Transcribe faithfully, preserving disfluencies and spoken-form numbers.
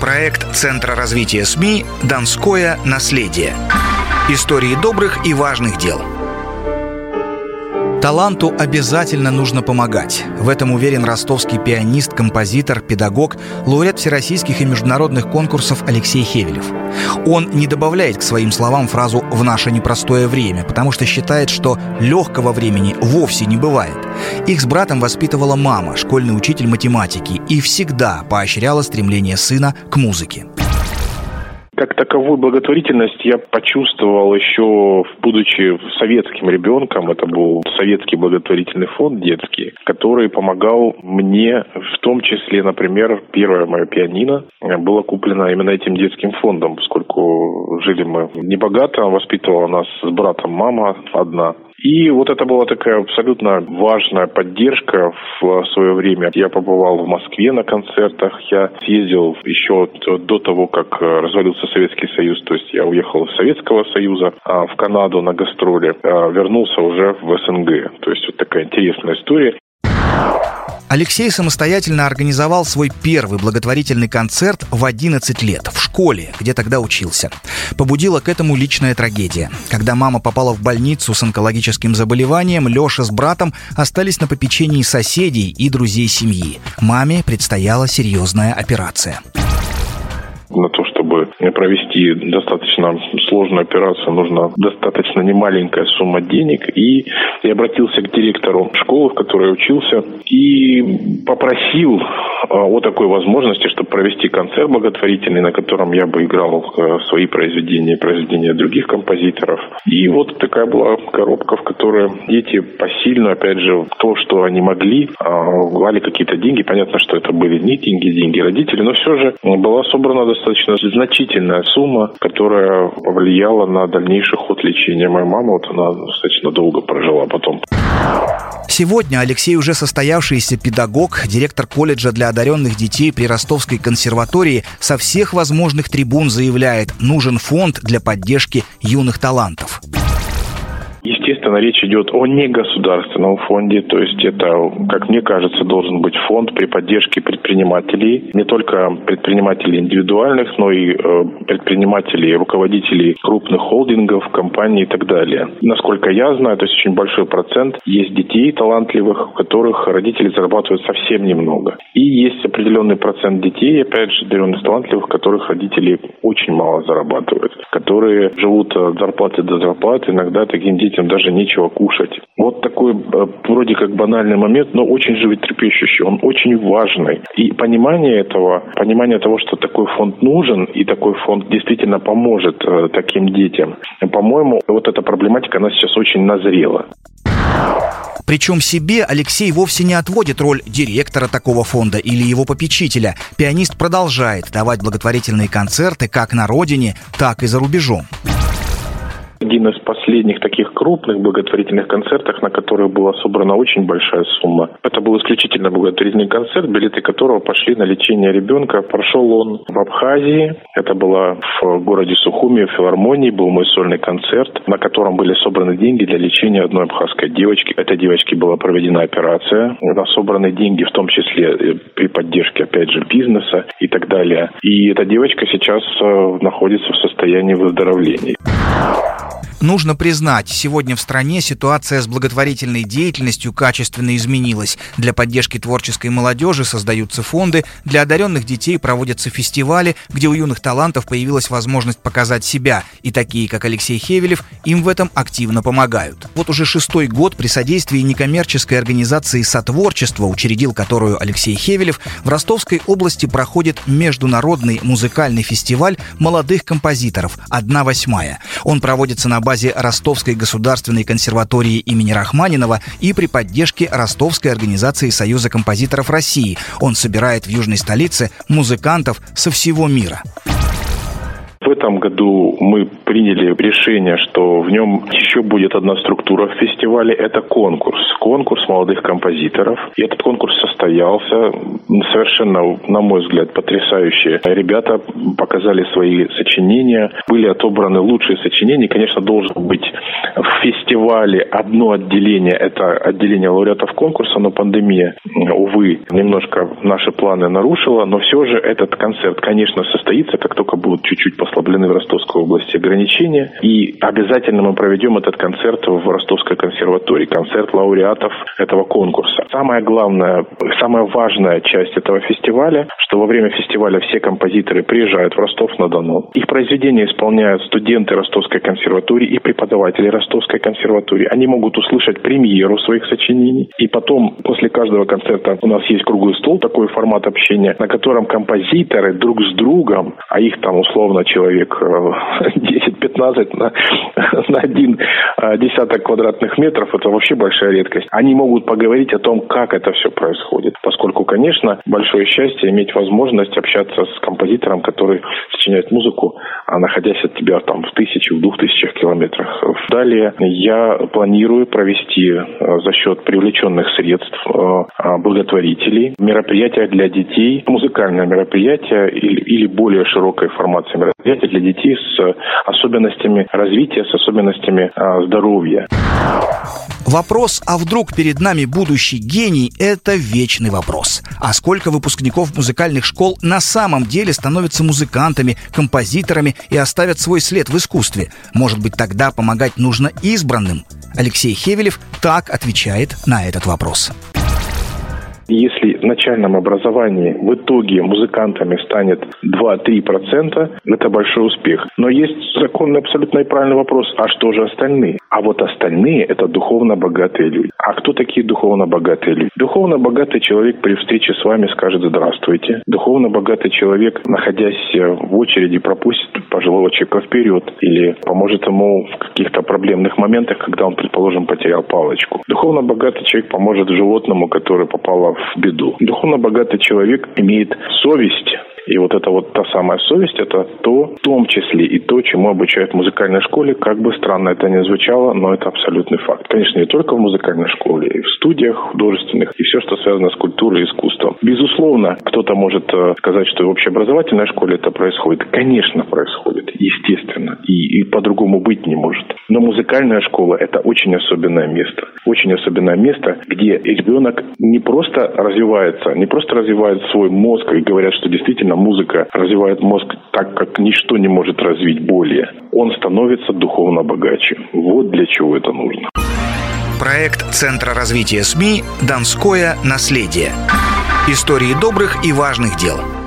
Проект Центра развития СМИ «Донское наследие». Истории добрых и важных дел. Таланту обязательно нужно помогать. В этом уверен ростовский пианист, композитор, педагог, лауреат всероссийских и международных конкурсов Алексей Хевелев. Он не добавляет к своим словам фразу «в наше непростое время», потому что считает, что легкого времени вовсе не бывает. Их с братом воспитывала мама, школьный учитель математики, и всегда поощряла стремление сына к музыке. Как таковую благотворительность я почувствовал еще, будучи советским ребенком. Это был советский благотворительный фонд детский, который помогал мне, в том числе, например, первое мое пианино было куплено именно этим детским фондом, поскольку жили мы небогато, воспитывала нас с братом мама одна. И вот это была такая абсолютно важная поддержка в свое время. Я побывал в Москве на концертах, я съездил еще до того, как развалился Советский Союз, то есть я уехал из Советского Союза в Канаду на гастроли, вернулся уже в СНГ. То есть вот такая интересная история. Алексей самостоятельно организовал свой первый благотворительный концерт в одиннадцать лет, в школе, где тогда учился. Побудила к этому личная трагедия. Когда мама попала в больницу с онкологическим заболеванием, Леша с братом остались на попечении соседей и друзей семьи. Маме предстояла серьезная операция. На то, чтобы провести достаточно сложную операцию, нужна достаточно немаленькая сумма денег. И я обратился к директору школы, в которой я учился, и попросил о такой возможности, чтобы провести концерт благотворительный, на котором я бы играл свои произведения, произведения других композиторов. И вот такая была коробка, в которой дети посильно, опять же, то, что они могли, вливали какие-то деньги. Понятно, что это были не деньги, деньги родителей, но все же была собрана достаточно значительная сумма, которая повлияла на дальнейший ход лечения. Моя мама, вот она достаточно долго прожила потом. Сегодня Алексей уже состоявшийся педагог, директор колледжа для одаренных детей при Ростовской консерватории, со всех возможных трибун заявляет: нужен фонд для поддержки юных талантов. Естественно, речь идет о негосударственном фонде, то есть это, как мне кажется, должен быть фонд при поддержке предпринимателей, не только предпринимателей индивидуальных, но и предпринимателей, руководителей крупных холдингов, компаний и так далее. Насколько я знаю, то есть очень большой процент есть детей талантливых, у которых родители зарабатывают совсем немного. И есть определенный процент детей, опять же, одаренных талантливых, у которых родители очень мало зарабатывают, которые живут от зарплаты до зарплаты, иногда таким детям даже нечего кушать. Вот такой вроде как банальный момент, но очень животрепещущий, он очень важный. И понимание этого, понимание того, что такой фонд нужен, и такой фонд действительно поможет э, таким детям, по-моему, вот эта проблематика, она сейчас очень назрела. Причем себе Алексей вовсе не отводит роль директора такого фонда или его попечителя. Пианист продолжает давать благотворительные концерты как на родине, так и за рубежом. Один из последних таких крупных благотворительных концертов, на которых была собрана очень большая сумма. Это был исключительно благотворительный концерт, билеты которого пошли на лечение ребенка. Прошел он в Абхазии. Это было в городе Сухуми, в филармонии. Был мой сольный концерт, на котором были собраны деньги для лечения одной абхазской девочки. Этой девочке была проведена операция. На собраны деньги, в том числе при поддержке, опять же, бизнеса и так далее. И эта девочка сейчас находится в состоянии выздоровления. Нужно признать, сегодня в стране ситуация с благотворительной деятельностью качественно изменилась. Для поддержки творческой молодежи создаются фонды, для одаренных детей проводятся фестивали, где у юных талантов появилась возможность показать себя. И такие, как Алексей Хевелев, им в этом активно помогают. Вот уже шестой год при содействии некоммерческой организации «Сотворчество», учредил которую Алексей Хевелев, в Ростовской области проходит международный музыкальный фестиваль молодых композиторов «Одна восьмая». Он проводится на базе Ростовской государственной консерватории имени Рахманинова и при поддержке Ростовской организации Союза композиторов России. Он собирает в южной столице музыкантов со всего мира. В этом году мы приняли решение, что в нем еще будет одна структура в фестивале. Это конкурс. Конкурс молодых композиторов. И этот конкурс состоялся. Совершенно, на мой взгляд, потрясающие ребята показали свои сочинения. Были отобраны лучшие сочинения. Конечно, должен быть в фестивале одно отделение. Это отделение лауреатов конкурса, но пандемия, увы, немножко наши планы нарушила. Но все же этот концерт, конечно, состоится, как только будут чуть-чуть послаблены в Ростовской области ограничения. И обязательно мы проведем этот концерт в Ростовской консерватории. Концерт лауреатов этого конкурса. Самое главное, самая важная часть этого фестиваля, что во время фестиваля все композиторы приезжают в Ростов-на-Дону. Их произведения исполняют студенты Ростовской консерватории и преподаватели Ростовской консерватории. Они могут услышать премьеру своих сочинений. И потом, после каждого концерта, у нас есть круглый стол, такой формат общения, на котором композиторы друг с другом, а их там условно человек десять-пятнадцать на, на один десяток квадратных метров, это вообще большая редкость. Они могут поговорить о том, как это все происходит. Поскольку, конечно, большое счастье иметь возможность общаться с композитором, который сочиняет музыку, находясь от тебя там в тысячи, в двух тысячах километрах. Далее я планирую провести за счет привлеченных средств благотворителей мероприятия для детей, музыкальное мероприятие или, или более широкой формации мероприятия для детей с особенностями развития, с особенностями здоровья. Вопрос, а вдруг перед нами будущий гений, это вечный вопрос. А сколько выпускников музыкальных школ на самом деле становятся музыкантами, композиторами и оставят свой след в искусстве? Может быть, тогда помогать нужно избранным? Алексей Хевелев так отвечает на этот вопрос. Если в начальном образовании в итоге музыкантами станет два-три процента, это большой успех. Но есть законный, абсолютно и правильный вопрос, а что же остальные? А вот остальные – это духовно богатые люди. А кто такие духовно богатые люди? Духовно богатый человек при встрече с вами скажет «здравствуйте». Духовно богатый человек, находясь в очереди, пропустит пожилого человека вперед или поможет ему в каких-то проблемных моментах, когда он, предположим, потерял палочку. Духовно богатый человек поможет животному, которое попало в беду. Духовно богатый человек имеет совесть. И вот эта вот та самая совесть, это то, в том числе и то, чему обучают в музыкальной школе. Как бы странно это ни звучало, но это абсолютный факт. Конечно, не только в музыкальной школе, и в студиях художественных, и все, что связано с культурой и искусством. Безусловно, кто-то может сказать, что в общеобразовательной школе это происходит. Конечно, происходит, естественно, и, и по-другому быть не может. Но музыкальная школа – это очень особенное место. Очень особенное место, где ребенок не просто развивается, не просто развивает свой мозг, и говорят, что действительно музыка развивает мозг так, как ничто не может развить более. Он становится духовно богаче. Вот для чего это нужно. Проект Центра развития СМИ «Донское наследие». Истории добрых и важных дел.